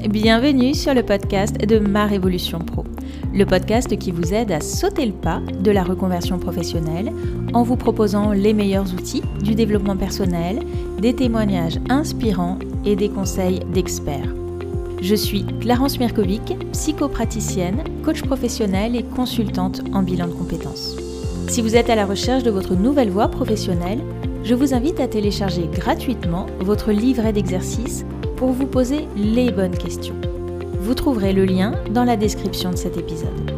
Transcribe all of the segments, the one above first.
Bienvenue sur le podcast de Ma Révolution Pro, le podcast qui vous aide à sauter le pas de la reconversion professionnelle en vous proposant les meilleurs outils du développement personnel, des témoignages inspirants et des conseils d'experts. Je suis Clarence Mirkovic, psychopraticienne, coach professionnelle et consultante en bilan de compétences. Si vous êtes à la recherche de votre nouvelle voie professionnelle, je vous invite à télécharger gratuitement votre livret d'exercices pour vous poser les bonnes questions. Vous trouverez le lien dans la description de cet épisode.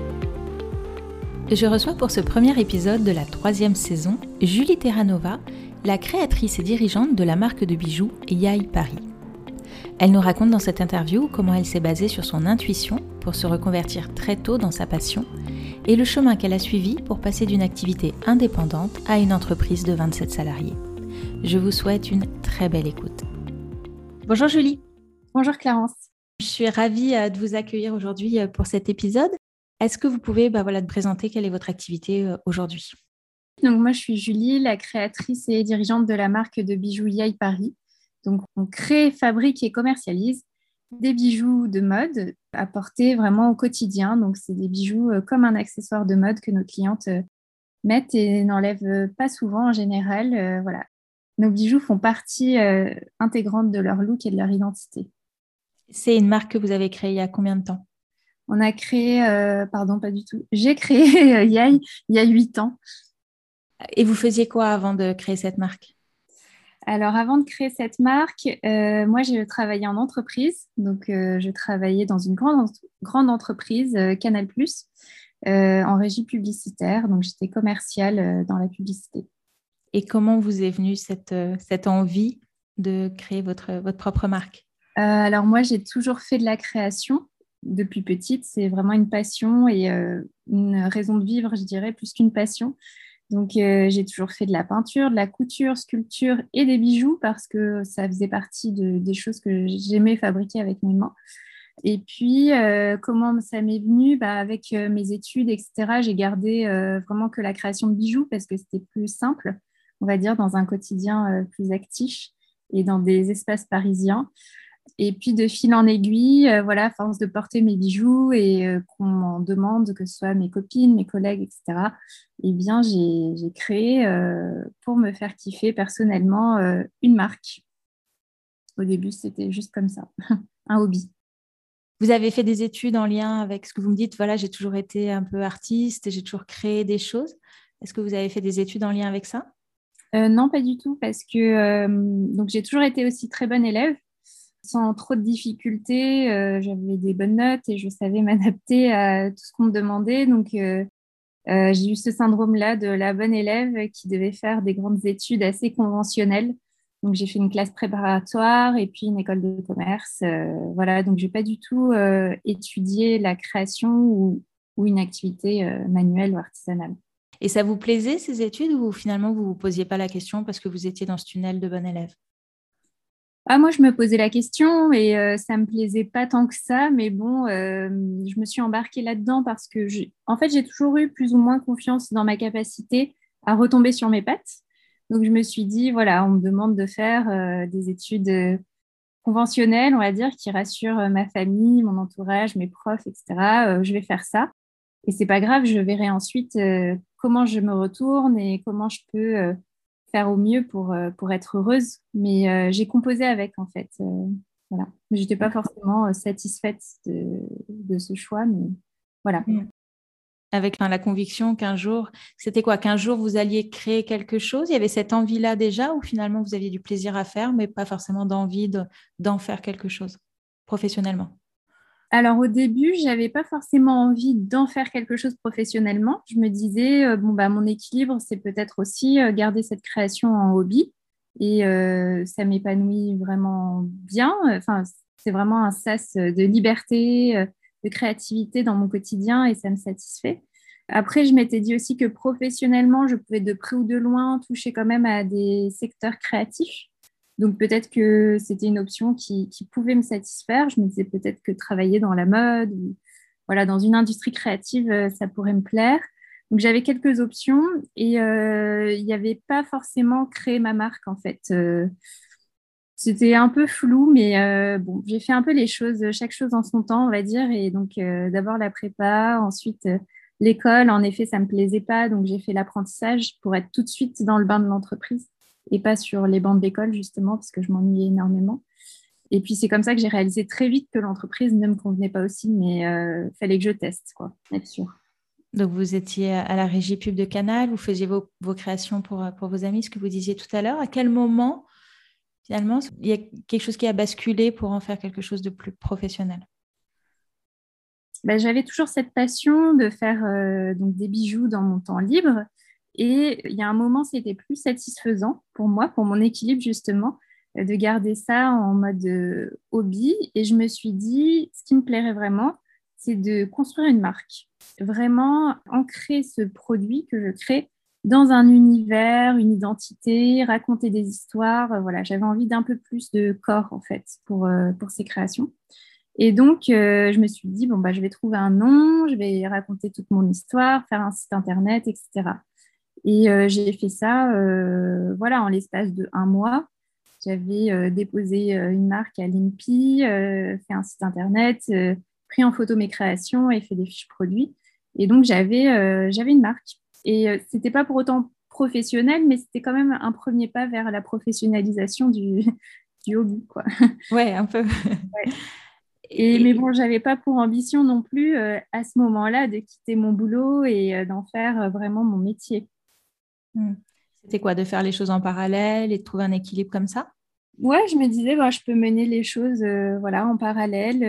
Je reçois pour ce premier épisode de la 3e saison Julie Terranova, la créatrice et dirigeante de la marque de bijoux Yaï Paris. Elle nous raconte dans cette interview comment elle s'est basée sur son intuition pour se reconvertir très tôt dans sa passion et le chemin qu'elle a suivi pour passer d'une activité indépendante à une entreprise de 27 salariés. Je vous souhaite une très belle écoute. Bonjour Julie. Bonjour Clarence. Je suis ravie de vous accueillir aujourd'hui pour cet épisode. Est-ce que vous pouvez te présenter quelle est votre activité aujourd'hui ? Donc moi je suis Julie, la créatrice et dirigeante de la marque de bijoux Yaï Paris. Donc on crée, fabrique et commercialise des bijoux de mode à porter vraiment au quotidien. Donc c'est des bijoux comme un accessoire de mode que nos clientes mettent et n'enlèvent pas souvent en général. Voilà. Nos bijoux font partie intégrante de leur look et de leur identité. C'est une marque que vous avez créée il y a combien de temps ? On a créé, pas du tout. J'ai créé Yaï il y a 8 ans. Et vous faisiez quoi avant de créer cette marque ? Alors, avant de créer cette marque, moi, j'ai travaillé en entreprise. Donc, je travaillais dans une grande entreprise, Canal+, en régie publicitaire. Donc, j'étais commerciale dans la publicité. Et comment vous est venue cette envie de créer votre propre marque ? Alors, moi, j'ai toujours fait de la création depuis petite. C'est vraiment une passion et une raison de vivre, je dirais, plus qu'une passion. Donc, j'ai toujours fait de la peinture, de la couture, sculpture et des bijoux parce que ça faisait partie des choses que j'aimais fabriquer avec mes mains. Et puis, comment ça m'est venu ? Avec mes études, etc., j'ai gardé vraiment que la création de bijoux parce que c'était plus simple, on va dire, dans un quotidien plus actif et dans des espaces parisiens. Et puis, de fil en aiguille, à force de porter mes bijoux et qu'on m'en demande, que ce soit mes copines, mes collègues, etc., eh bien, j'ai créé, pour me faire kiffer personnellement, une marque. Au début, c'était juste comme ça, un hobby. Vous avez fait des études en lien avec ce que vous me dites, j'ai toujours été un peu artiste et j'ai toujours créé des choses. Est-ce que vous avez fait des études en lien avec ça ? Non, pas du tout, parce que donc j'ai toujours été aussi très bonne élève. Sans trop de difficultés, j'avais des bonnes notes et je savais m'adapter à tout ce qu'on me demandait. Donc, j'ai eu ce syndrome-là de la bonne élève qui devait faire des grandes études assez conventionnelles. Donc, j'ai fait une classe préparatoire et puis une école de commerce. Donc, je n'ai pas du tout étudié la création ou une activité manuelle ou artisanale. Et ça vous plaisait ces études ou finalement vous ne vous posiez pas la question parce que vous étiez dans ce tunnel de bonne élève ? Moi, je me posais la question et ça ne me plaisait pas tant que ça. Mais bon, je me suis embarquée là-dedans parce que, en fait, j'ai toujours eu plus ou moins confiance dans ma capacité à retomber sur mes pattes. Donc, je me suis dit, voilà, on me demande de faire des études conventionnelles, on va dire, qui rassurent ma famille, mon entourage, mes profs, etc. Je vais faire ça. Et c'est pas grave, je verrai ensuite comment je me retourne et comment je peux faire au mieux pour être heureuse. Mais j'ai composé avec, en fait. Mais je n'étais pas forcément satisfaite de ce choix, mais voilà. Avec la conviction qu'un jour, c'était quoi ? Qu'un jour, vous alliez créer quelque chose ? Il y avait cette envie-là déjà ou finalement, vous aviez du plaisir à faire, mais pas forcément d'envie d'en faire quelque chose professionnellement ? Alors au début, je n'avais pas forcément envie d'en faire quelque chose professionnellement. Je me disais, mon équilibre, c'est peut-être aussi garder cette création en hobby. Et ça m'épanouit vraiment bien. Enfin, c'est vraiment un sas de liberté, de créativité dans mon quotidien et ça me satisfait. Après, je m'étais dit aussi que professionnellement, je pouvais de près ou de loin toucher quand même à des secteurs créatifs. Donc peut-être que c'était une option qui pouvait me satisfaire. Je me disais peut-être que travailler dans la mode ou dans une industrie créative, ça pourrait me plaire. Donc j'avais quelques options et il n'y avait pas forcément créé ma marque en fait. C'était un peu flou, mais bon, j'ai fait un peu les choses, chaque chose en son temps, on va dire. Et donc, d'abord la prépa, ensuite l'école. En effet, ça ne me plaisait pas, donc j'ai fait l'apprentissage pour être tout de suite dans le bain de l'entreprise et pas sur les bancs de l'école, justement, parce que je m'ennuyais énormément. Et puis, c'est comme ça que j'ai réalisé très vite que l'entreprise ne me convenait pas aussi, mais fallait que je teste, quoi, être sûr. Donc, vous étiez à la régie pub de Canal, vous faisiez vos créations pour vos amis, ce que vous disiez tout à l'heure. À quel moment, finalement, il y a quelque chose qui a basculé pour en faire quelque chose de plus professionnel? Ben, j'avais toujours cette passion de faire donc des bijoux dans mon temps libre. Et il y a un moment, c'était plus satisfaisant pour moi, pour mon équilibre justement, de garder ça en mode hobby. Et je me suis dit, ce qui me plairait vraiment, c'est de construire une marque. Vraiment ancrer ce produit que je crée dans un univers, une identité, raconter des histoires. Voilà, j'avais envie d'un peu plus de corps en fait pour ces créations. Et donc, je me suis dit, bon, bah, je vais trouver un nom, je vais raconter toute mon histoire, faire un site internet, etc. Et j'ai fait ça voilà, en l'espace de 1 mois. J'avais déposé une marque à l'INPI, fait un site internet, pris en photo mes créations et fait des fiches produits. Et donc, j'avais une marque. Et c'était pas pour autant professionnel, mais c'était quand même un premier pas vers la professionnalisation du hobby, quoi. Ouais, un peu. Ouais. Mais Et, bon, j'avais pas pour ambition non plus à ce moment-là de quitter mon boulot et d'en faire vraiment mon métier. hmm. C'était quoi, de faire les choses en parallèle et de trouver un équilibre comme ça? Ouais, je me disais, bah, je peux mener les choses voilà, en parallèle.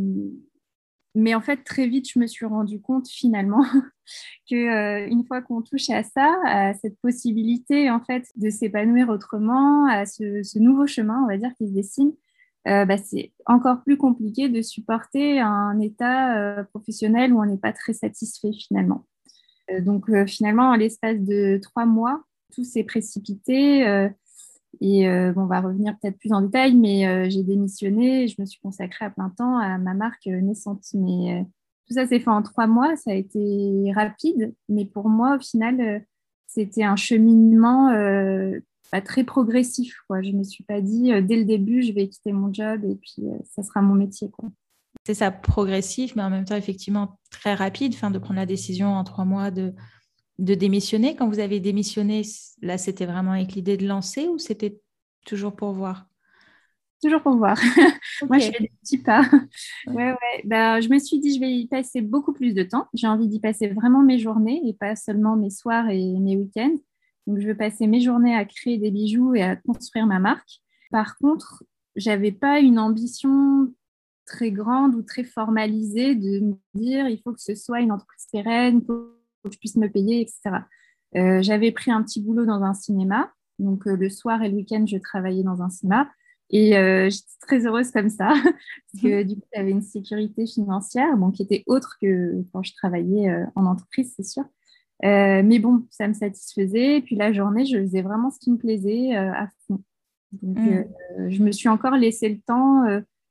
Mais en fait, très vite, je me suis rendu compte finalement que une fois qu'on touche à ça, à cette possibilité en fait de s'épanouir autrement, à ce nouveau chemin, on va dire, qui se dessine, bah, c'est encore plus compliqué de supporter un état professionnel où on n'est pas très satisfait finalement. Donc finalement, à l'espace de 3 mois, tout s'est précipité. Bon, on va revenir peut-être plus en détail, mais j'ai démissionné et je me suis consacrée à plein temps à ma marque naissante. Mais tout ça s'est fait en 3 mois, ça a été rapide, mais pour moi, au final, c'était un cheminement pas très progressif, quoi. Je ne me suis pas dit dès le début, je vais quitter mon job et puis ça sera mon métier, quoi. C'est ça, progressif, mais en même temps, effectivement, très rapide, enfin, de prendre la décision en 3 mois de démissionner. Quand vous avez démissionné, là, c'était vraiment avec l'idée de lancer ou c'était toujours pour voir? Toujours pour voir. Ok. Moi, je fais des petits pas. Ouais, ouais. Bah, je me suis dit, je vais y passer beaucoup plus de temps. J'ai envie d'y passer vraiment mes journées et pas seulement mes soirs et mes week-ends. Donc, je veux passer mes journées à créer des bijoux et à construire ma marque. Par contre, j'avais pas une ambition très grande ou très formalisée de me dire, il faut que ce soit une entreprise pérenne, il faut que je puisse me payer, etc. J'avais pris un petit boulot dans un cinéma. Donc, le soir et le week-end, je travaillais dans un cinéma. Et j'étais très heureuse comme ça, parce que du coup, j'avais une sécurité financière, bon, qui était autre que quand je travaillais en entreprise, c'est sûr. Mais bon, ça me satisfaisait. Et puis la journée, je faisais vraiment ce qui me plaisait à fond. Donc, Hmm. je me suis encore laissé le temps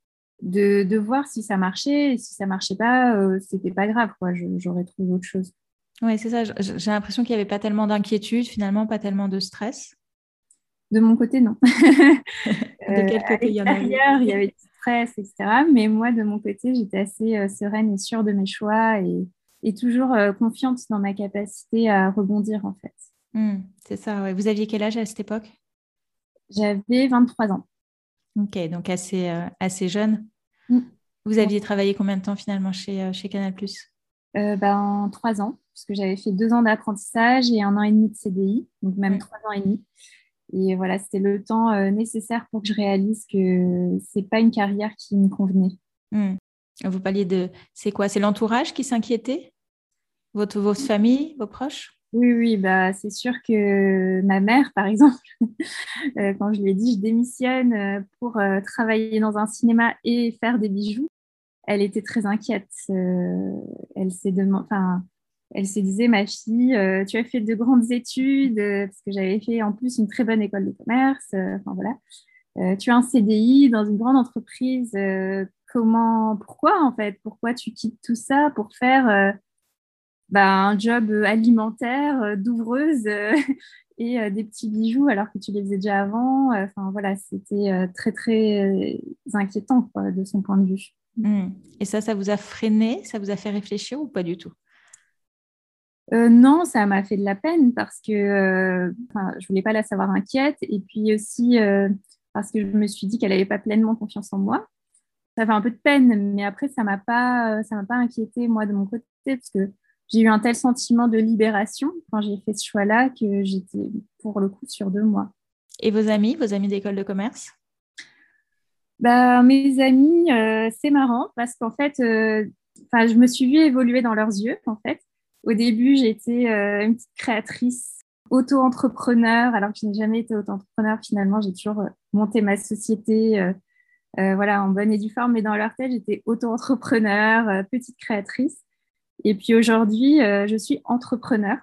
de voir si ça marchait. Et si ça marchait pas, c'était pas grave, quoi. J'aurais trouvé autre chose. Oui, c'est ça. J'ai l'impression qu'il n'y avait pas tellement d'inquiétude, finalement, pas tellement de stress. De mon côté, non. De quel À côté il y en avait? l'extérieur, il y avait du stress, etc. Mais moi, de mon côté, j'étais assez sereine et sûre de mes choix et toujours confiante dans ma capacité à rebondir, en fait. Hmm, c'est ça, ouais. Vous aviez quel âge à cette époque? J'avais 23 ans. Ok, donc assez jeune. Mm. Vous aviez travaillé combien de temps finalement chez Canal+? Ben, 3 ans, parce que j'avais fait 2 ans d'apprentissage et 1 an et demi de CDI, donc même Hmm. 3 ans et demi. Et voilà, c'était le temps nécessaire pour que je réalise que c'est pas une carrière qui me convenait. Hmm. Vous parliez de... C'est quoi? C'est l'entourage qui s'inquiétait? Votre famille, vos proches? Oui, oui, bah, c'est sûr que ma mère, par exemple, quand je lui ai dit je démissionne pour travailler dans un cinéma et faire des bijoux, elle était très inquiète. Enfin, elle se disait, ma fille, tu as fait de grandes études, parce que j'avais fait en plus une très bonne école de commerce. Enfin voilà. Tu as un CDI dans une grande entreprise. Pourquoi en fait? Pourquoi tu quittes tout ça pour faire un job alimentaire, d'ouvreuse et des petits bijoux alors que tu les faisais déjà avant. Enfin, voilà, c'était très, très inquiétant quoi, de son point de vue. Et ça vous a freiné? Ça vous a fait réfléchir ou pas du tout? Non, ça m'a fait de la peine parce que je voulais pas la savoir inquiète et puis aussi parce que je me suis dit qu'elle n'avait pas pleinement confiance en moi. Ça fait un peu de peine, mais après, ça m'a pas inquiétée, moi, de mon côté, parce que j'ai eu un tel sentiment de libération quand j'ai fait ce choix-là que j'étais, pour le coup, sûre de moi. Et vos amis d'école de commerce? Mes amis, c'est marrant parce qu'en fait, je me suis vue évoluer dans leurs yeux, en fait. Au début, j'étais une petite créatrice auto-entrepreneur, alors que je n'ai jamais été auto-entrepreneur. Finalement, j'ai toujours monté ma société voilà, en bonne et due forme, mais dans leur tête, j'étais auto-entrepreneur, petite créatrice. Et puis aujourd'hui, je suis entrepreneur.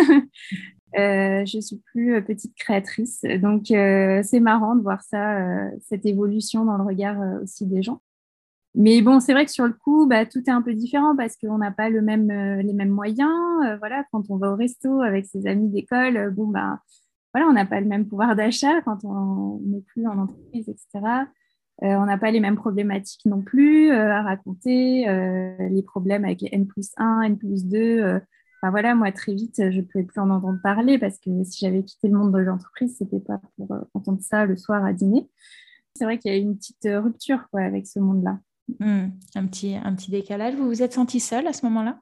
Je suis plus petite créatrice. Donc, c'est marrant de voir ça, cette évolution dans le regard aussi des gens. Mais bon, c'est vrai que sur le coup, tout est un peu différent parce qu'on n'a pas les mêmes moyens. Voilà, quand on va au resto avec ses amis d'école, voilà, on n'a pas le même pouvoir d'achat quand on n'est plus en entreprise, etc. On n'a pas les mêmes problématiques non plus à raconter, les problèmes avec les N+1, N+2. Enfin voilà, moi très vite, je ne pouvais plus en entendre parler parce que si j'avais quitté le monde de l'entreprise, c'était pas pour entendre ça le soir à dîner. C'est vrai qu'il y a une petite rupture quoi, avec ce monde-là. Un petit décalage. Vous vous êtes sentie seule à ce moment-là?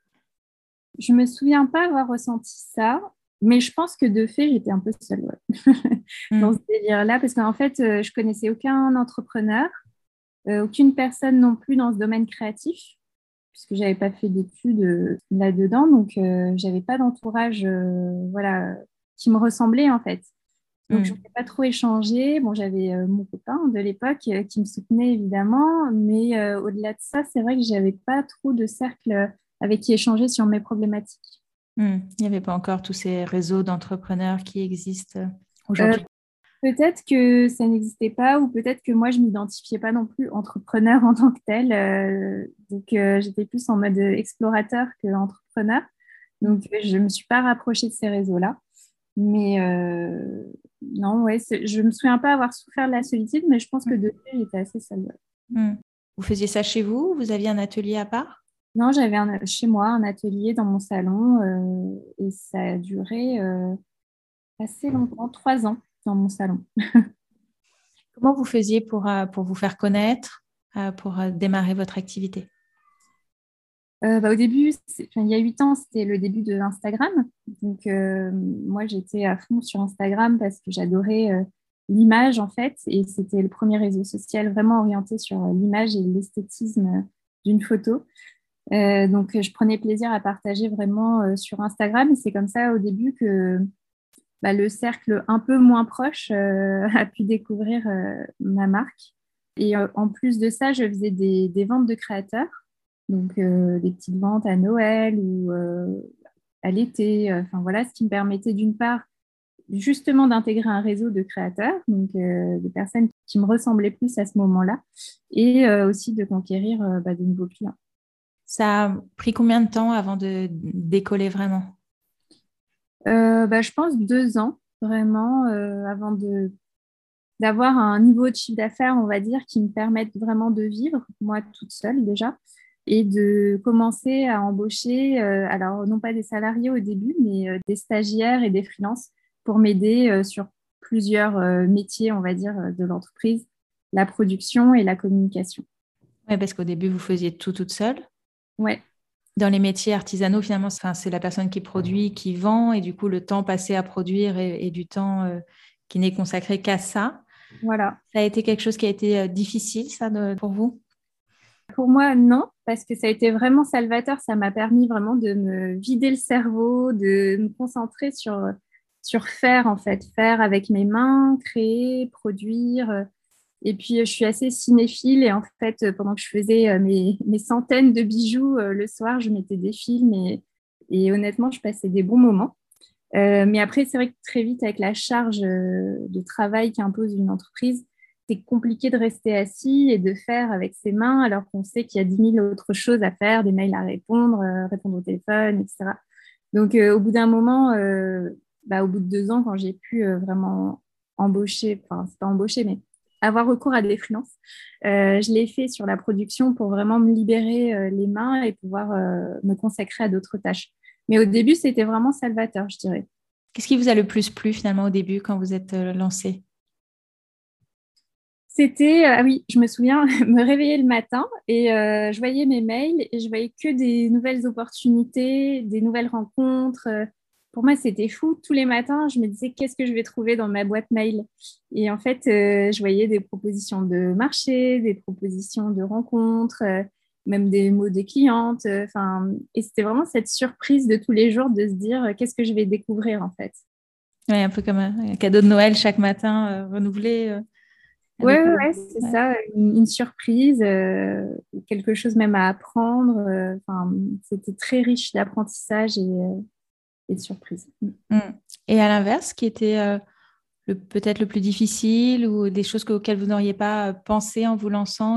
Je ne me souviens pas avoir ressenti ça, mais je pense que de fait, j'étais un peu seule dans ce délire-là parce qu'en fait, je connaissais aucun entrepreneur, aucune personne non plus dans ce domaine créatif, puisque j'avais pas fait d'études là-dedans, donc j'avais pas d'entourage voilà, qui me ressemblait en fait. Donc, je ne pouvais pas trop échanger. Bon, j'avais mon copain de l'époque qui me soutenait évidemment, mais au-delà de ça, c'est vrai que je n'avais pas trop de cercle avec qui échanger sur mes problématiques. Il n'y avait pas encore tous ces réseaux d'entrepreneurs qui existent Euh, aujourd'hui. Peut-être que ça n'existait pas ou peut-être que moi, je ne m'identifiais pas non plus entrepreneur en tant que tel. Donc, j'étais plus en mode explorateur que entrepreneur. Donc, je ne me suis pas rapprochée de ces réseaux-là. Mais non, ouais, je ne me souviens pas avoir souffert de la solitude, mais je pense que de fait, j'étais assez seule. Vous faisiez ça chez vous? Vous aviez un atelier à part? Non, j'avais chez moi un atelier dans mon salon et ça a duré assez longtemps, 3 ans dans mon salon. Comment vous faisiez pour vous faire connaître, pour démarrer votre activité? Au début, il y a 8 ans, c'était le début de Instagram. Donc, moi, j'étais à fond sur Instagram parce que j'adorais l'image, en fait. Et c'était le premier réseau social vraiment orienté sur l'image et l'esthétisme d'une photo. Donc, je prenais plaisir à partager vraiment sur Instagram. Et c'est comme ça, au début, que le cercle un peu moins proche a pu découvrir ma marque. Et en plus de ça, je faisais des ventes de créateurs. Donc, des petites ventes à Noël ou à l'été. Enfin, voilà, ce qui me permettait d'une part, justement, d'intégrer un réseau de créateurs, donc de personnes qui me ressemblaient plus à ce moment-là, et aussi de conquérir de nouveaux clients. Ça a pris combien de temps avant de décoller vraiment? Je pense 2 ans, vraiment, avant d'avoir un niveau de chiffre d'affaires, on va dire, qui me permette vraiment de vivre, moi toute seule déjà, et de commencer à embaucher, alors non pas des salariés au début, mais des stagiaires et des freelances pour m'aider sur plusieurs métiers, on va dire, de l'entreprise, la production et la communication. Oui, parce qu'au début, vous faisiez tout toute seule. Ouais. Dans les métiers artisanaux, finalement, c'est la personne qui produit, qui vend, et du coup, le temps passé à produire et du temps qui n'est consacré qu'à ça. Voilà. Ça a été quelque chose qui a été difficile, ça, pour vous? Pour moi, non, parce que ça a été vraiment salvateur. Ça m'a permis vraiment de me vider le cerveau, de me concentrer sur faire, en fait, faire avec mes mains, créer, produire. Et puis, je suis assez cinéphile et en fait, pendant que je faisais mes centaines de bijoux le soir, je mettais des films et honnêtement, je passais des bons moments. Mais après, c'est vrai que très vite, avec la charge de travail qu'impose une entreprise, c'est compliqué de rester assis et de faire avec ses mains alors qu'on sait qu'il y a 10 000 autres choses à faire, des mails à répondre, répondre au téléphone, etc. Donc, au bout d'un moment, au bout de 2 ans, quand j'ai pu vraiment embaucher, enfin, c'est pas embaucher, mais avoir recours à des freelances, je l'ai fait sur la production pour vraiment me libérer les mains et pouvoir me consacrer à d'autres tâches. Mais au début, c'était vraiment salvateur, je dirais. Qu'est-ce qui vous a le plus plu finalement au début quand vous êtes lancé? C'était, ah oui, je me souviens, me réveiller le matin et je voyais mes mails et je voyais que des nouvelles opportunités, des nouvelles rencontres. Pour moi, c'était fou. Tous les matins, je me disais, qu'est-ce que je vais trouver dans ma boîte mail? Et en fait, je voyais des propositions de marché, des propositions de rencontres, même des mots des clientes. Enfin, et c'était vraiment cette surprise de tous les jours de se dire, qu'est-ce que je vais découvrir en fait? Ouais, un peu comme un cadeau de Noël chaque matin renouvelé. Ouais, Avec... ouais, c'est Ouais. ça, une surprise, quelque chose même à apprendre. Enfin, c'était très riche d'apprentissage et de surprises. Mm. Et à l'inverse, qui était peut-être le plus difficile ou des choses auxquelles vous n'auriez pas pensé en vous lançant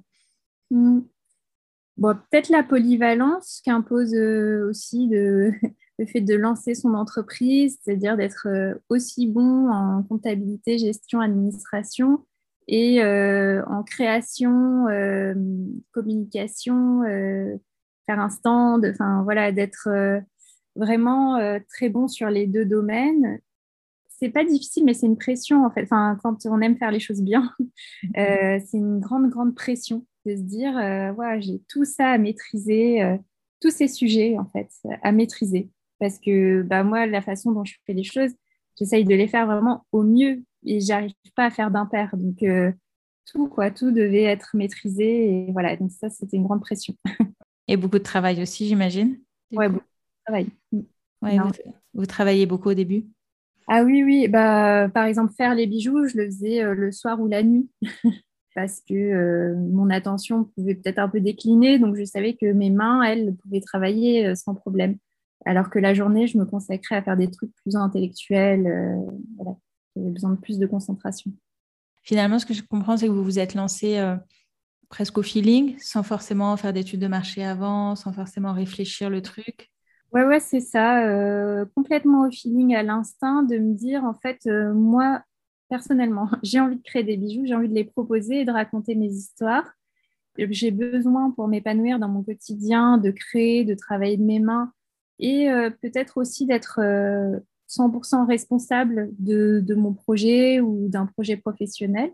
Mm. Bon, peut-être la polyvalence qu'impose aussi le fait de lancer son entreprise, c'est-à-dire d'être aussi bon en comptabilité, gestion, administration et en création, communication, faire un stand, enfin voilà, d'être vraiment très bon sur les deux domaines. C'est pas difficile, mais c'est une pression en fait. Enfin, quand on aime faire les choses bien, c'est une grande, grande pression de se dire, ouais, j'ai tout ça à maîtriser, tous ces sujets en fait à maîtriser. Parce que bah, moi, la façon dont je fais les choses, j'essaye de les faire vraiment au mieux et j'arrive pas à faire d'impair. Donc tout, quoi, tout devait être maîtrisé et voilà. Donc ça, c'était une grande pression. Et beaucoup de travail aussi, j'imagine, du Ouais, coup. beaucoup de travail. Ouais, Non. vous travaillez beaucoup au début. Ah oui, oui. Bah, par exemple, faire les bijoux, je le faisais le soir ou la nuit. Parce que mon attention pouvait peut-être un peu décliner, donc je savais que mes mains, elles, pouvaient travailler sans problème. Alors que la journée, je me consacrais à faire des trucs plus intellectuels. Voilà. J'avais besoin de plus de concentration. Finalement, ce que je comprends, c'est que vous vous êtes lancé presque au feeling, sans forcément faire d'études de marché avant, sans forcément réfléchir le truc. Ouais, ouais, c'est ça. Complètement au feeling, à l'instinct, de me dire, en fait, moi, personnellement, j'ai envie de créer des bijoux, j'ai envie de les proposer et de raconter mes histoires. J'ai besoin pour m'épanouir dans mon quotidien, de créer, de travailler de mes mains et peut-être aussi d'être 100% responsable de mon projet ou d'un projet professionnel.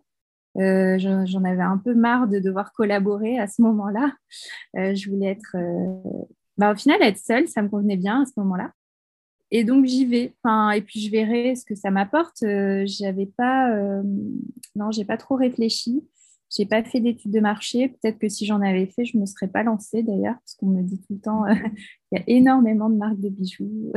J'en avais un peu marre de devoir collaborer à ce moment-là. Je voulais être, au final, être seule, ça me convenait bien à ce moment-là. Et donc j'y vais. Enfin, et puis je verrai ce que ça m'apporte. J'avais pas, non, j'ai pas trop réfléchi. J'ai pas fait d'études de marché. Peut-être que si j'en avais fait, je me serais pas lancée d'ailleurs, parce qu'on me dit tout le temps, il y a énormément de marques de bijoux.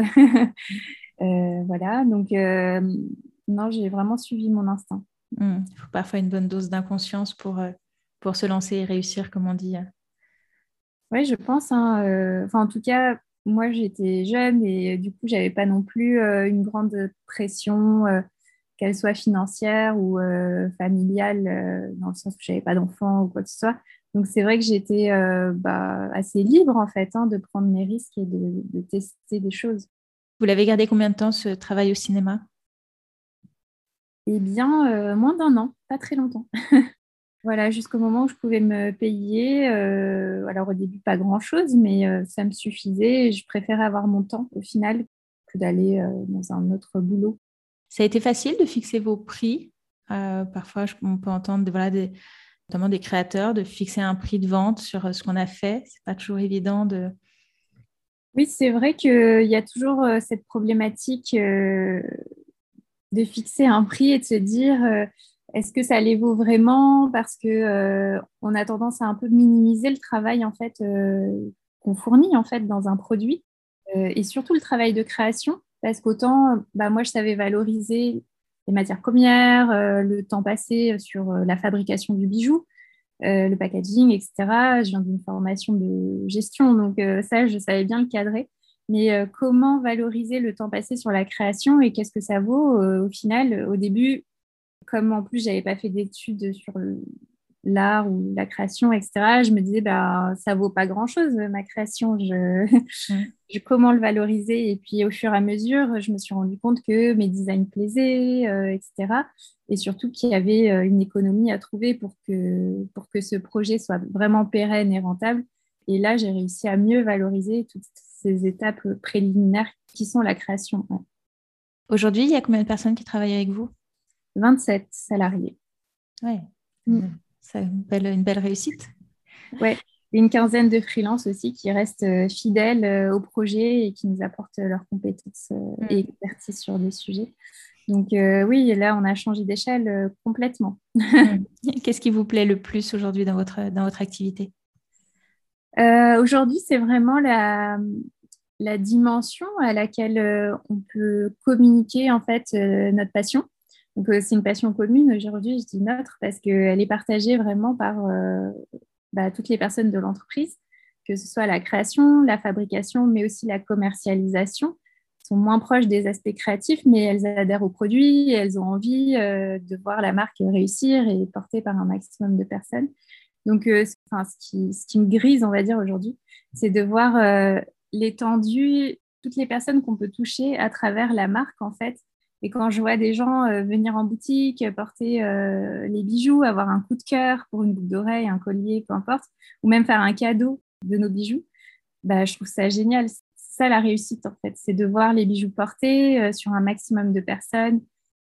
Voilà. Donc non, j'ai vraiment suivi mon instinct. Il faut parfois une bonne dose d'inconscience pour se lancer et réussir, comme on dit. Oui, je pense, hein, enfin, en tout cas, moi, j'étais jeune et du coup, j'avais pas non plus une grande pression, qu'elle soit financière ou familiale, dans le sens où j'avais pas d'enfant ou quoi que ce soit. Donc, c'est vrai que j'étais assez libre, en fait, hein, de prendre mes risques et de tester des choses. Vous l'avez gardé combien de temps, ce travail au cinéma? Eh bien, moins d'un an, pas très longtemps. Voilà, jusqu'au moment où je pouvais me payer. Alors au début, pas grand-chose, mais ça me suffisait et je préférais avoir mon temps au final que d'aller dans un autre boulot. Ça a été facile de fixer vos prix. Parfois, on peut entendre notamment des créateurs de fixer un prix de vente sur ce qu'on a fait. C'est pas toujours évident de... Oui, c'est vrai qu'il y a toujours cette problématique de fixer un prix et de se dire est-ce que ça les vaut vraiment parce que on a tendance à un peu minimiser le travail en fait qu'on fournit en fait dans un produit et surtout le travail de création parce qu'autant moi je savais valoriser les matières premières, le temps passé sur la fabrication du bijou, le packaging, etc. Je viens d'une formation de gestion, donc ça, je savais bien le cadrer. Mais comment valoriser le temps passé sur la création et qu'est-ce que ça vaut au final, au début, comme en plus, je n'avais pas fait d'études sur l'art ou la création, etc., je me disais, bah, ça ne vaut pas grand-chose, ma création. Comment le valoriser? Et puis, au fur et à mesure, je me suis rendu compte que mes designs plaisaient, etc. Et surtout qu'il y avait une économie à trouver pour que ce projet soit vraiment pérenne et rentable. Et là, j'ai réussi à mieux valoriser toutes ces étapes préliminaires qui sont la création. Ouais. Aujourd'hui, il y a combien de personnes qui travaillent avec vous? 27 salariés. Ouais, c'est une belle réussite. Ouais, et une quinzaine de freelances aussi qui restent fidèles au projet et qui nous apportent leurs compétences et expertise sur des sujets. Donc oui, là, on a changé d'échelle complètement. Qu'est-ce qui vous plaît le plus aujourd'hui dans votre activité? Aujourd'hui, c'est vraiment la dimension à laquelle on peut communiquer en fait notre passion. Donc c'est une passion commune aujourd'hui, je dis notre, parce qu'elle est partagée vraiment par toutes les personnes de l'entreprise, que ce soit la création, la fabrication, mais aussi la commercialisation. Elles sont moins proches des aspects créatifs, mais elles adhèrent aux produits et elles ont envie de voir la marque réussir et portée par un maximum de personnes. Donc, ce qui me grise, on va dire, aujourd'hui, c'est de voir l'étendue, toutes les personnes qu'on peut toucher à travers la marque, en fait. Et quand je vois des gens venir en boutique, porter les bijoux, avoir un coup de cœur pour une boucle d'oreille, un collier, peu importe, ou même faire un cadeau de nos bijoux, bah, je trouve ça génial. C'est ça la réussite, en fait, c'est de voir les bijoux portés sur un maximum de personnes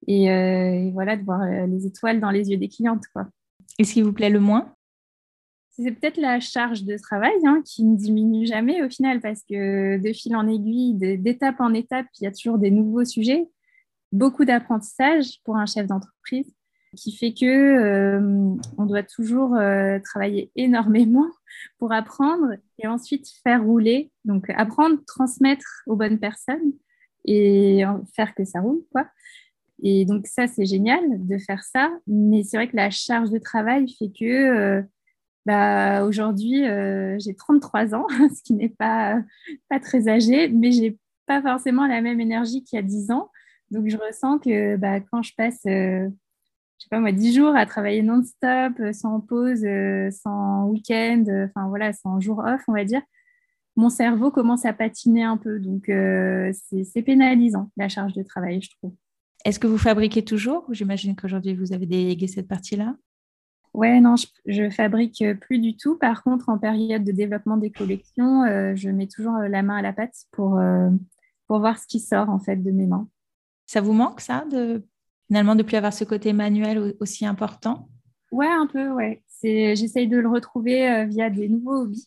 et voilà, de voir les étoiles dans les yeux des clientes, quoi. Et ce qui vous plaît le moins? C'est peut-être la charge de travail qui ne diminue jamais au final parce que de fil en aiguille, d'étape en étape, il y a toujours des nouveaux sujets, beaucoup d'apprentissage pour un chef d'entreprise qui fait que on doit toujours travailler énormément pour apprendre et ensuite faire rouler. Donc apprendre, transmettre aux bonnes personnes et faire que ça roule, quoi. Et donc ça, c'est génial de faire ça, mais c'est vrai que la charge de travail fait que aujourd'hui, j'ai 33 ans, ce qui n'est pas très âgé, mais je n'ai pas forcément la même énergie qu'il y a 10 ans. Donc, je ressens que quand je passe, je sais pas moi, 10 jours à travailler non-stop, sans pause, sans week-end, enfin voilà, sans jour off, on va dire, mon cerveau commence à patiner un peu. Donc, c'est pénalisant, la charge de travail, je trouve. Est-ce que vous fabriquez toujours? J'imagine qu'aujourd'hui, vous avez délégué cette partie-là. Ouais, non, je fabrique plus du tout. Par contre, en période de développement des collections, je mets toujours la main à la pâte pour voir ce qui sort en fait de mes mains. Ça vous manque ça, finalement de plus avoir ce côté manuel aussi important? Ouais, un peu, ouais. J'essaye de le retrouver via des nouveaux hobbies.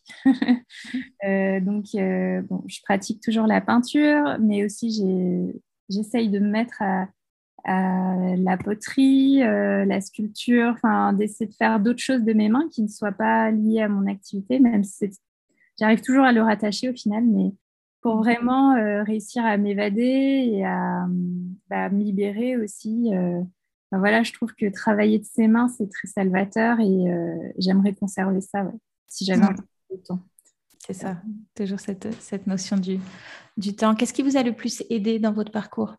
Bon, je pratique toujours la peinture, mais aussi j'essaye de me mettre à la poterie, la sculpture, enfin d'essayer de faire d'autres choses de mes mains qui ne soient pas liées à mon activité, même si j'arrive toujours à le rattacher au final, mais pour vraiment réussir à m'évader et à me libérer aussi. Voilà, je trouve que travailler de ses mains, c'est très salvateur et j'aimerais conserver ça, ouais, si j'avais un peu de temps. C'est ça, toujours cette notion du temps. Qu'est-ce qui vous a le plus aidé dans votre parcours?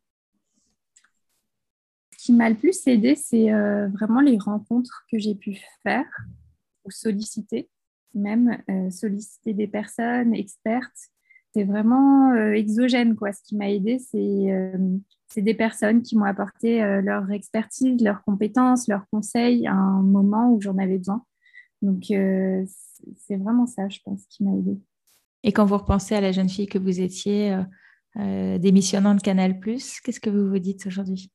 Ce qui m'a le plus aidé, c'est vraiment les rencontres que j'ai pu faire ou solliciter, même solliciter des personnes expertes. C'est vraiment exogène, quoi. Ce qui m'a aidé, c'est des personnes qui m'ont apporté leur expertise, leurs compétences, leurs conseils à un moment où j'en avais besoin. Donc, c'est vraiment ça, je pense, qui m'a aidé. Et quand vous repensez à la jeune fille que vous étiez, démissionnant de Canal+, qu'est-ce que vous vous dites aujourd'hui?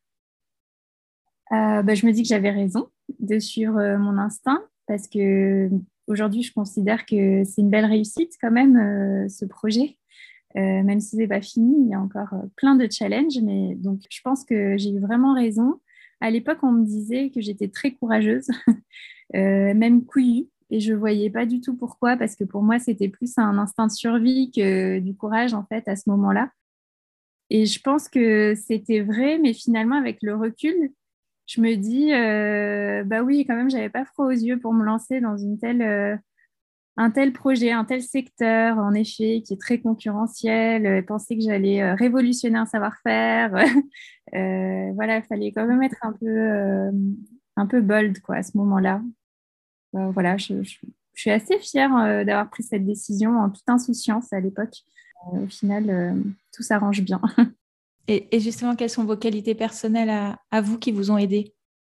Je me dis que j'avais raison de suivre mon instinct parce que aujourd'hui, je considère que c'est une belle réussite quand même, ce projet. Même si ce n'est pas fini, il y a encore plein de challenges. Mais donc, je pense que j'ai eu vraiment raison. À l'époque, on me disait que j'étais très courageuse, même couillue. Et je ne voyais pas du tout pourquoi, parce que pour moi, c'était plus un instinct de survie que du courage, en fait, à ce moment-là. Et je pense que c'était vrai, mais finalement, avec le recul, je me dis, bah oui, quand même, j'avais pas froid aux yeux pour me lancer dans un tel projet, un tel secteur, en effet, qui est très concurrentiel, penser que j'allais révolutionner un savoir-faire, Voilà, il fallait quand même être un peu bold quoi, à ce moment-là. Voilà, je suis assez fière d'avoir pris cette décision en toute insouciance à l'époque. Au final, tout s'arrange bien. Et justement, quelles sont vos qualités personnelles à vous qui vous ont aidé?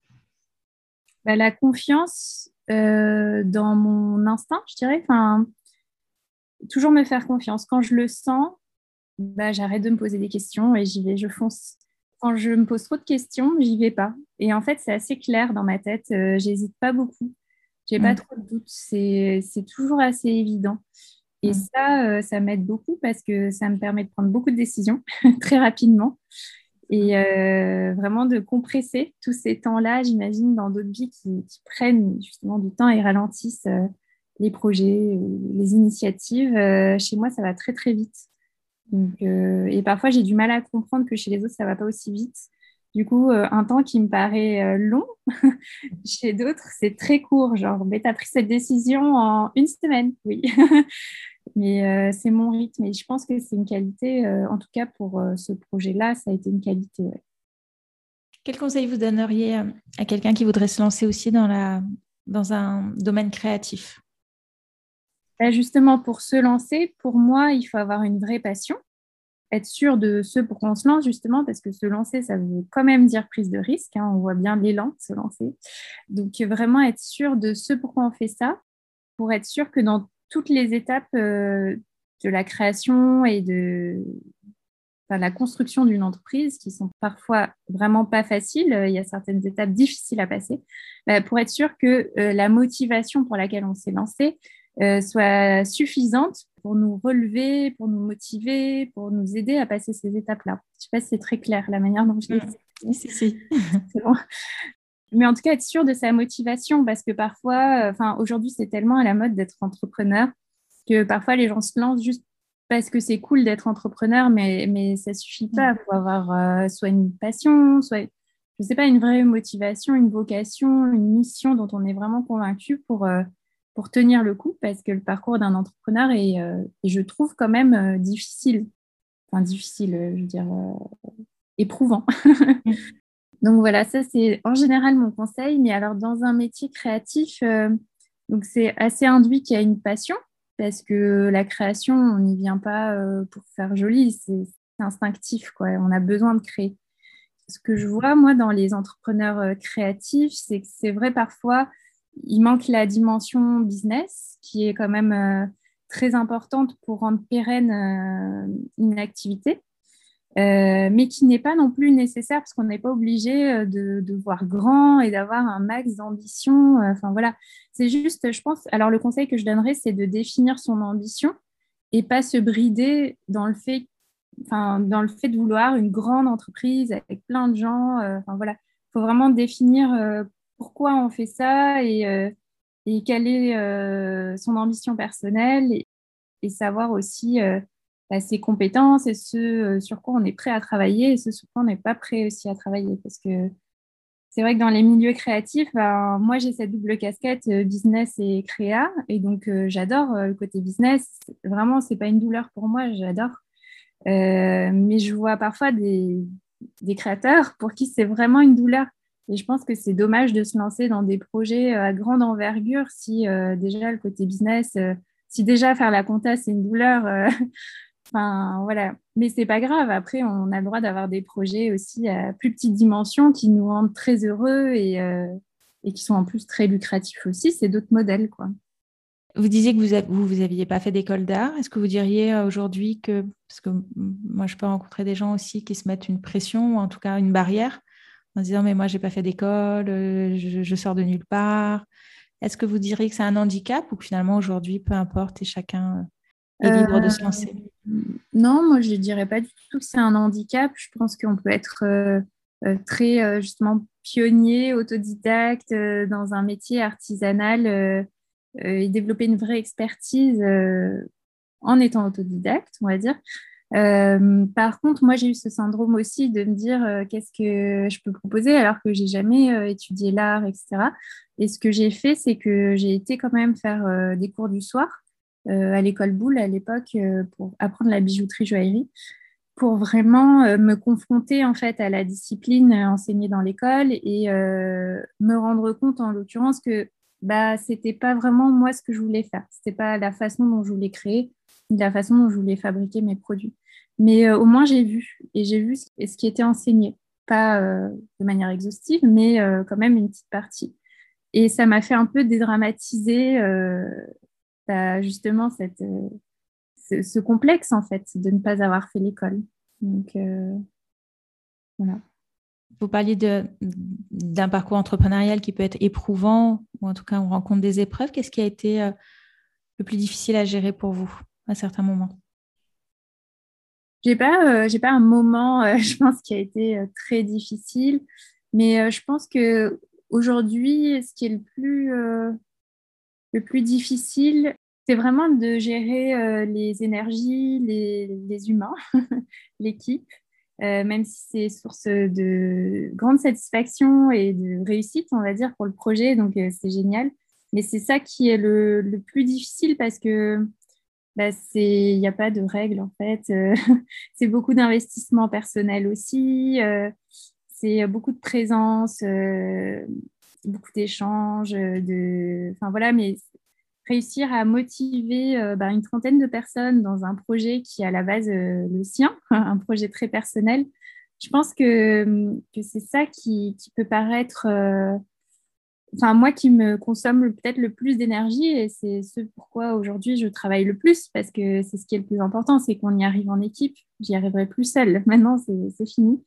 La confiance dans mon instinct, je dirais. Enfin, toujours me faire confiance. Quand je le sens, j'arrête de me poser des questions et j'y vais, je fonce. Quand je me pose trop de questions, j'y vais pas. Et en fait, c'est assez clair dans ma tête. J'hésite pas beaucoup. J'ai pas trop de doutes. C'est toujours assez évident. Et ça, ça m'aide beaucoup parce que ça me permet de prendre beaucoup de décisions très rapidement et vraiment de compresser tous ces temps-là, j'imagine, dans d'autres vies qui prennent justement du temps et ralentissent les projets, les initiatives. Chez moi, ça va très, très vite. Donc, et parfois, j'ai du mal à comprendre que chez les autres, ça va pas aussi vite. Du coup, un temps qui me paraît long, chez d'autres, c'est très court. Genre, tu as pris cette décision en une semaine, oui. Mais c'est mon rythme et je pense que c'est une qualité, en tout cas pour ce projet-là, ça a été une qualité. Ouais. Quel conseil vous donneriez à quelqu'un qui voudrait se lancer aussi dans un domaine créatif? Justement, pour se lancer, pour moi, il faut avoir une vraie passion, être sûr de ce pour quoi on se lance, justement, parce que se lancer, ça veut quand même dire prise de risque. Hein, on voit bien l'élan de se lancer. Donc, vraiment être sûr de ce pourquoi on fait ça, pour être sûr que dans toutes les étapes de la création et de la construction d'une entreprise qui sont parfois vraiment pas faciles, il y a certaines étapes difficiles à passer, pour être sûr que la motivation pour laquelle on s'est lancé soit suffisante pour nous relever, pour nous motiver, pour nous aider à passer ces étapes-là. Je ne sais pas si c'est très clair la manière dont je l'ai expliqué. Si. C'est bon. Mais en tout cas, être sûr de sa motivation, parce que parfois, aujourd'hui, c'est tellement à la mode d'être entrepreneur que parfois les gens se lancent juste parce que c'est cool d'être entrepreneur, mais ça suffit pas. Il faut avoir soit une passion, soit, je sais pas, une vraie motivation, une vocation, une mission dont on est vraiment convaincu pour tenir le coup, parce que le parcours d'un entrepreneur est, je trouve, quand même difficile. Enfin, difficile, je veux dire, éprouvant. Donc voilà, ça c'est en général mon conseil. Mais alors dans un métier créatif, donc c'est assez induit qu'il y a une passion parce que la création, on n'y vient pas pour faire joli, c'est instinctif quoi. On a besoin de créer. Ce que je vois moi dans les entrepreneurs créatifs, c'est que c'est vrai parfois il manque la dimension business qui est quand même très importante pour rendre pérenne une activité. Mais qui n'est pas non plus nécessaire parce qu'on n'est pas obligé de voir grand et d'avoir un max d'ambition. Enfin voilà, c'est juste, je pense, alors le conseil que je donnerais, c'est de définir son ambition et pas se brider dans le fait de vouloir une grande entreprise avec plein de gens. Enfin voilà, il faut vraiment définir pourquoi on fait ça et quelle est son ambition personnelle et savoir aussi ses compétences et ce sur quoi on est prêt à travailler et ce sur quoi on n'est pas prêt aussi à travailler. Parce que c'est vrai que dans les milieux créatifs, moi j'ai cette double casquette business et créa. Et donc j'adore le côté business. Vraiment, c'est pas une douleur pour moi, j'adore. Mais je vois parfois des créateurs pour qui c'est vraiment une douleur. Et je pense que c'est dommage de se lancer dans des projets à grande envergure si déjà le côté business, si déjà faire la compta, c'est une douleur. Enfin, voilà. Mais c'est pas grave. Après, on a le droit d'avoir des projets aussi à plus petite dimension qui nous rendent très heureux et qui sont en plus très lucratifs aussi. C'est d'autres modèles, quoi. Vous disiez que vous aviez pas fait d'école d'art. Est-ce que vous diriez aujourd'hui que, parce que moi je peux rencontrer des gens aussi qui se mettent une pression ou en tout cas une barrière en se disant mais moi j'ai pas fait d'école, je sors de nulle part. Est-ce que vous diriez que c'est un handicap ou que finalement aujourd'hui peu importe et chacun est libre de se lancer? Non, moi je dirais pas du tout que c'est un handicap. Je pense qu'on peut être très justement pionnier, autodidacte dans un métier artisanal et développer une vraie expertise en étant autodidacte, on va dire. Par contre, moi j'ai eu ce syndrome aussi de me dire qu'est-ce que je peux proposer alors que j'ai jamais étudié l'art, etc. Et ce que j'ai fait, c'est que j'ai été quand même faire des cours du soir à l'école Boulle à l'époque pour apprendre la bijouterie joaillerie. pour vraiment me confronter en fait à la discipline enseignée dans l'école et me rendre compte en l'occurrence que bah c'était pas vraiment moi ce que je voulais faire. C'était pas la façon dont je voulais créer, ni la façon dont je voulais fabriquer mes produits. Mais au moins j'ai vu ce qui était enseigné, pas de manière exhaustive, mais quand même une petite partie. Et ça m'a fait un peu dédramatiser bah, justement ce complexe, en fait, de ne pas avoir fait l'école. Donc, voilà. Vous parliez d'un parcours entrepreneurial qui peut être éprouvant, ou en tout cas on rencontre des épreuves. Qu'est-ce qui a été le plus difficile à gérer pour vous à certains moments? J'ai pas un moment, je pense, qui a été très difficile, mais je pense que aujourd'hui, ce qui est le plus difficile, c'est vraiment de gérer les énergies, les humains, l'équipe, même si c'est source de grande satisfaction et de réussite, on va dire, pour le projet. Donc, c'est génial. Mais c'est ça qui est le plus difficile parce que bah, il n'y a pas de règles, en fait. C'est beaucoup d'investissement personnel aussi. C'est beaucoup de présence, beaucoup d'échanges, enfin voilà, mais réussir à motiver bah, une trentaine de personnes dans un projet qui est à la base le sien, un projet très personnel, je pense que c'est ça qui peut paraître, enfin moi qui me consomme peut-être le plus d'énergie et c'est ce pourquoi aujourd'hui je travaille le plus parce que c'est ce qui est le plus important, c'est qu'on y arrive en équipe. J'y arriverai plus seule. Maintenant, c'est fini.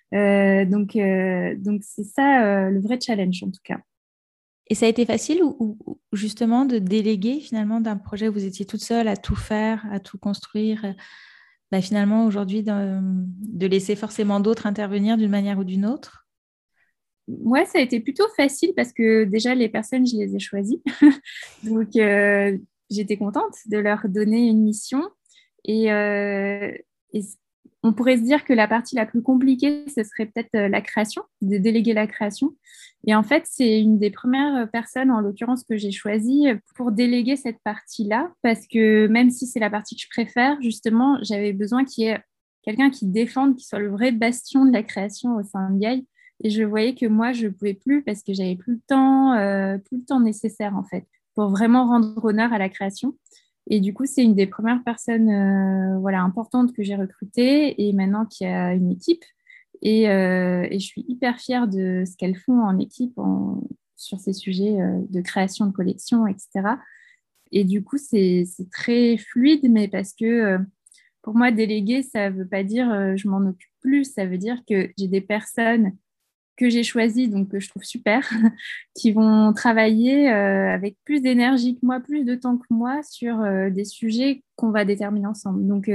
Donc c'est ça le vrai challenge en tout cas. Et ça a été facile ou justement de déléguer finalement d'un projet où vous étiez toute seule à tout faire, à tout construire, bah, finalement aujourd'hui de laisser forcément d'autres intervenir d'une manière ou d'une autre? Ouais, ça a été plutôt facile parce que déjà les personnes, je les ai choisies. Donc j'étais contente de leur donner une mission. Et, et on pourrait se dire que la partie la plus compliquée, ce serait peut-être la création, de déléguer la création. Et en fait, c'est une des premières personnes, en l'occurrence, que j'ai choisie pour déléguer cette partie-là, parce que même si c'est la partie que je préfère, justement, j'avais besoin qu'il y ait quelqu'un qui défende, qui soit le vrai bastion de la création au sein de Gaï. Et je voyais que moi, je ne pouvais plus parce que j'avais plus le temps nécessaire, en fait, pour vraiment rendre honneur à la création. Et du coup, c'est une des premières personnes voilà, importantes que j'ai recrutées et maintenant qui a une équipe. Et je suis hyper fière de ce qu'elles font en équipe sur ces sujets de création de collection, etc. Et du coup, c'est très fluide, mais parce que pour moi, déléguer, ça ne veut pas dire je m'en occupe plus, ça veut dire que j'ai des personnes que j'ai choisis, donc que je trouve super, qui vont travailler avec plus d'énergie que moi, plus de temps que moi sur des sujets qu'on va déterminer ensemble. Donc,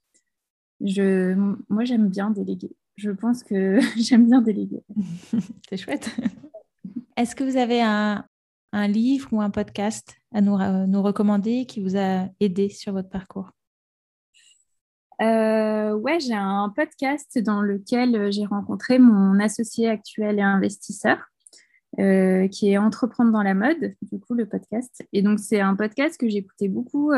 moi, j'aime bien déléguer. Je pense que j'aime bien déléguer. C'est chouette. Est-ce que vous avez un livre ou un podcast à nous recommander qui vous a aidé sur votre parcours? Ouais, j'ai un podcast dans lequel j'ai rencontré mon associé actuel et investisseur, qui est Entreprendre dans la mode, du coup, le podcast. Et donc, c'est un podcast que j'écoutais beaucoup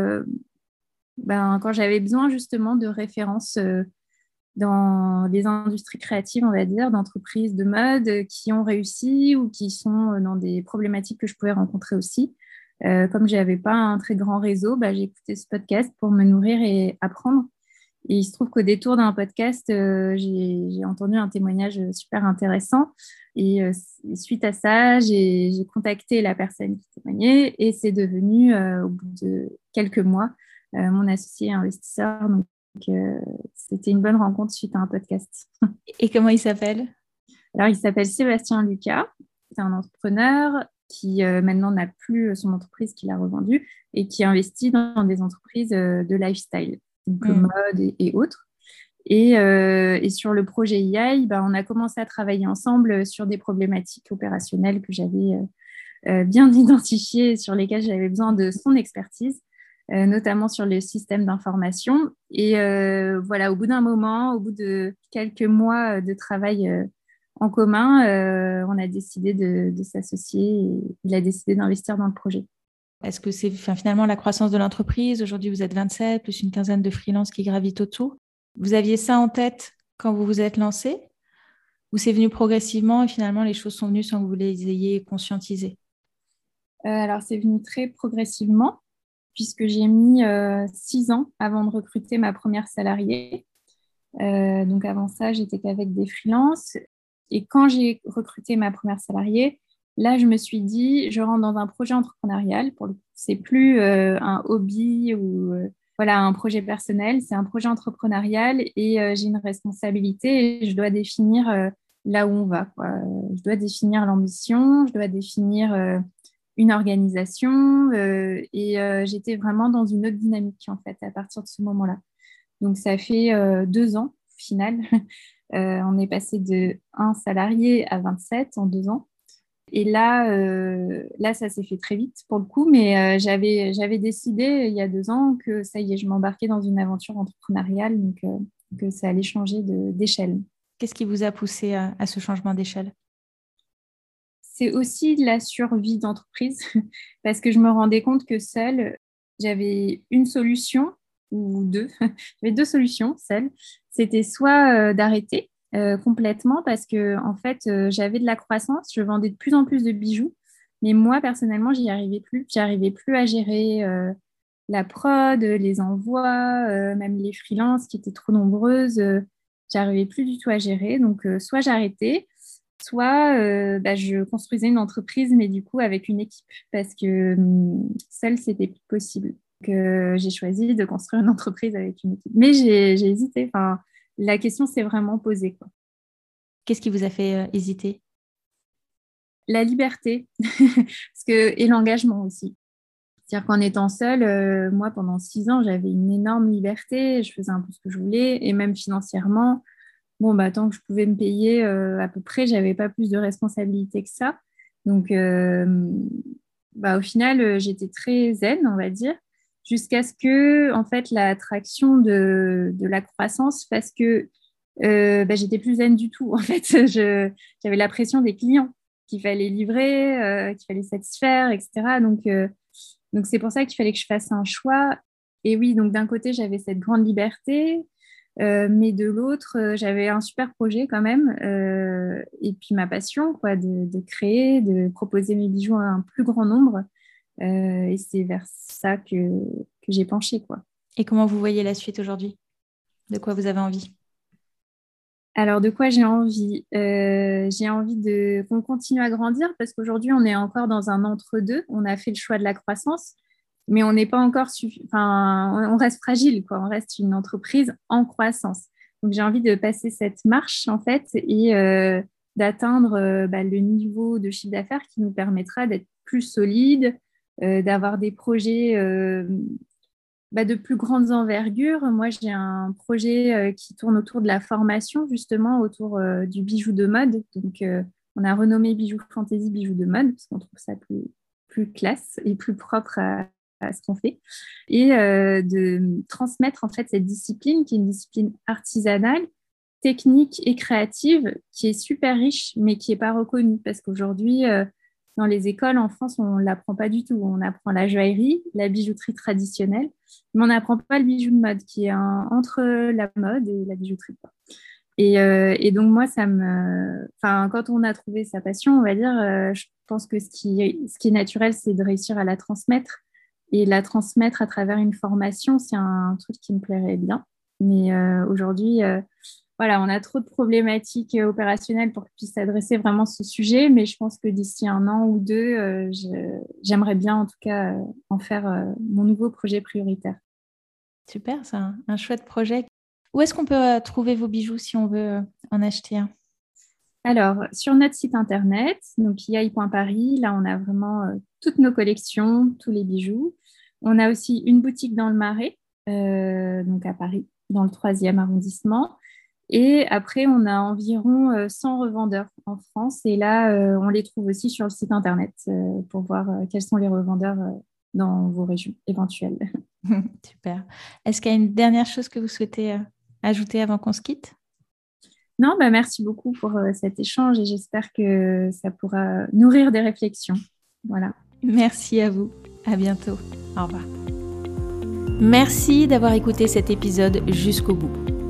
quand j'avais besoin justement de références dans les industries créatives, on va dire, d'entreprises de mode qui ont réussi ou qui sont dans des problématiques que je pouvais rencontrer aussi. Comme je n'avais pas un très grand réseau, j'ai écouté ce podcast pour me nourrir et apprendre. Et il se trouve qu'au détour d'un podcast, j'ai entendu un témoignage super intéressant. Et suite à ça, j'ai contacté la personne qui témoignait et c'est devenu, au bout de quelques mois, mon associé investisseur. Donc, c'était une bonne rencontre suite à un podcast. Et comment il s'appelle? Alors, il s'appelle Sébastien Lucas. C'est un entrepreneur qui maintenant n'a plus son entreprise qu'il a revendue et qui investit dans des entreprises de lifestyle, donc mode et autres. Et sur le projet EI, on a commencé à travailler ensemble sur des problématiques opérationnelles que j'avais bien identifiées, sur lesquelles j'avais besoin de son expertise, notamment sur les systèmes d'information. Et voilà, au bout d'un moment, au bout de quelques mois de travail en commun, on a décidé de s'associer et il a décidé d'investir dans le projet. Est-ce que c'est finalement la croissance de l'entreprise? Aujourd'hui, vous êtes 27, plus une quinzaine de freelances qui gravitent autour. Vous aviez ça en tête quand vous vous êtes lancé ou c'est venu progressivement et finalement les choses sont venues sans que vous les ayez conscientisées? Alors, c'est venu très progressivement puisque j'ai mis 6 ans avant de recruter ma première salariée. Donc, avant ça, j'étais qu'avec des freelances. Et quand j'ai recruté ma première salariée, là, je me suis dit, je rentre dans un projet entrepreneurial. C'est plus un hobby ou voilà, un projet personnel, c'est un projet entrepreneurial et j'ai une responsabilité et je dois définir là où on va, quoi. Je dois définir l'ambition, je dois définir une organisation et j'étais vraiment dans une autre dynamique en fait à partir de ce moment-là. Donc ça fait 2 ans au final. On est passé de 1 salarié à 27 en 2 ans. Et là, ça s'est fait très vite pour le coup, mais j'avais décidé il y a 2 ans que ça y est, je m'embarquais dans une aventure entrepreneuriale, donc que ça allait changer d'échelle. Qu'est-ce qui vous a poussé à ce changement d'échelle? C'est aussi de la survie d'entreprise parce que je me rendais compte que seule, j'avais une solution ou deux. J'avais 2 solutions seule. C'était soit d'arrêter complètement parce que en fait, j'avais de la croissance, je vendais de plus en plus de bijoux, mais moi personnellement, j'y arrivais plus. J'arrivais plus à gérer la prod, les envois, même les freelances qui étaient trop nombreuses. J'arrivais plus du tout à gérer. Donc, soit j'arrêtais soit je construisais une entreprise, mais du coup avec une équipe, parce que seule, c'était plus possible. Donc, j'ai choisi de construire une entreprise avec une équipe. Mais j'ai hésité. Enfin, la question s'est vraiment posée, quoi. Qu'est-ce qui vous a fait hésiter? La liberté et l'engagement aussi. C'est-à-dire qu'en étant seule, moi, pendant 6 ans, j'avais une énorme liberté. Je faisais un peu ce que je voulais, et même financièrement. Bon, tant que je pouvais me payer à peu près, j'avais pas plus de responsabilités que ça. Donc, au final, j'étais très zen, on va dire, jusqu'à ce que, en fait, l'attraction de la croissance fasse que j'étais plus zen du tout. En fait, j'avais la pression des clients qu'il fallait livrer, qu'il fallait satisfaire, etc. Donc c'est pour ça qu'il fallait que je fasse un choix. Et oui, donc d'un côté, j'avais cette grande liberté. Mais de l'autre, j'avais un super projet quand même, et puis ma passion, quoi, de créer, de proposer mes bijoux à un plus grand nombre, et c'est vers ça que j'ai penché, quoi. Et comment vous voyez la suite aujourd'hui? De quoi vous avez envie? Alors, de quoi j'ai envie? J'ai envie qu'on continue à grandir parce qu'aujourd'hui, on est encore dans un entre-deux. On a fait le choix de la croissance, mais on n'est pas encore enfin, on reste fragile, quoi. On reste une entreprise en croissance. Donc, j'ai envie de passer cette marche, en fait, et d'atteindre le niveau de chiffre d'affaires qui nous permettra d'être plus solide, d'avoir des projets de plus grandes envergures. Moi, j'ai un projet qui tourne autour de la formation, justement, autour du bijou de mode. Donc, on a renommé Bijou Fantaisie, bijou de mode, parce qu'on trouve ça plus classe et plus propre à ce qu'on fait. Et de transmettre, en fait, cette discipline, qui est une discipline artisanale, technique et créative, qui est super riche, mais qui n'est pas reconnue. Parce qu'aujourd'hui, dans les écoles en France, on ne l'apprend pas du tout. On apprend la joaillerie, la bijouterie traditionnelle, mais on n'apprend pas le bijou de mode, qui est entre la mode et la bijouterie, quoi. Et donc, moi, quand on a trouvé sa passion, on va dire, je pense que ce qui est naturel, c'est de réussir à la transmettre. Et la transmettre à travers une formation, c'est un truc qui me plairait bien. Mais aujourd'hui, voilà, on a trop de problématiques opérationnelles pour qu'on puisse adresser vraiment ce sujet, mais je pense que d'ici 1 an ou 2, j'aimerais bien en tout cas en faire mon nouveau projet prioritaire. Super, c'est un chouette projet. Où est-ce qu'on peut trouver vos bijoux si on veut en acheter un? Alors, sur notre site internet, donc yai.paris, là on a vraiment toutes nos collections, tous les bijoux. On a aussi une boutique dans le Marais, donc à Paris, dans le 3e arrondissement. Et après, on a environ 100 revendeurs en France. Et là, on les trouve aussi sur le site internet pour voir quels sont les revendeurs dans vos régions éventuelles. Super. Est-ce qu'il y a une dernière chose que vous souhaitez ajouter avant qu'on se quitte? Non, merci beaucoup pour cet échange et j'espère que ça pourra nourrir des réflexions. Voilà. Merci à vous. À bientôt. Au revoir. Merci d'avoir écouté cet épisode jusqu'au bout.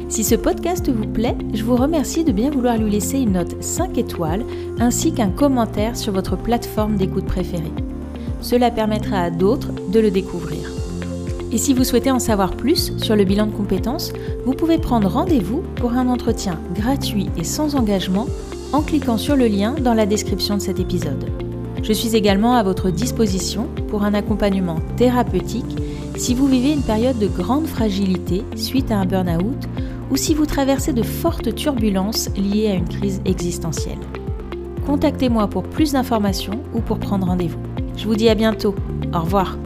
Si ce podcast vous plaît, je vous remercie de bien vouloir lui laisser une note 5 étoiles ainsi qu'un commentaire sur votre plateforme d'écoute préférée. Cela permettra à d'autres de le découvrir. Et si vous souhaitez en savoir plus sur le bilan de compétences, vous pouvez prendre rendez-vous pour un entretien gratuit et sans engagement en cliquant sur le lien dans la description de cet épisode. Je suis également à votre disposition pour un accompagnement thérapeutique si vous vivez une période de grande fragilité suite à un burn-out ou si vous traversez de fortes turbulences liées à une crise existentielle. Contactez-moi pour plus d'informations ou pour prendre rendez-vous. Je vous dis à bientôt. Au revoir.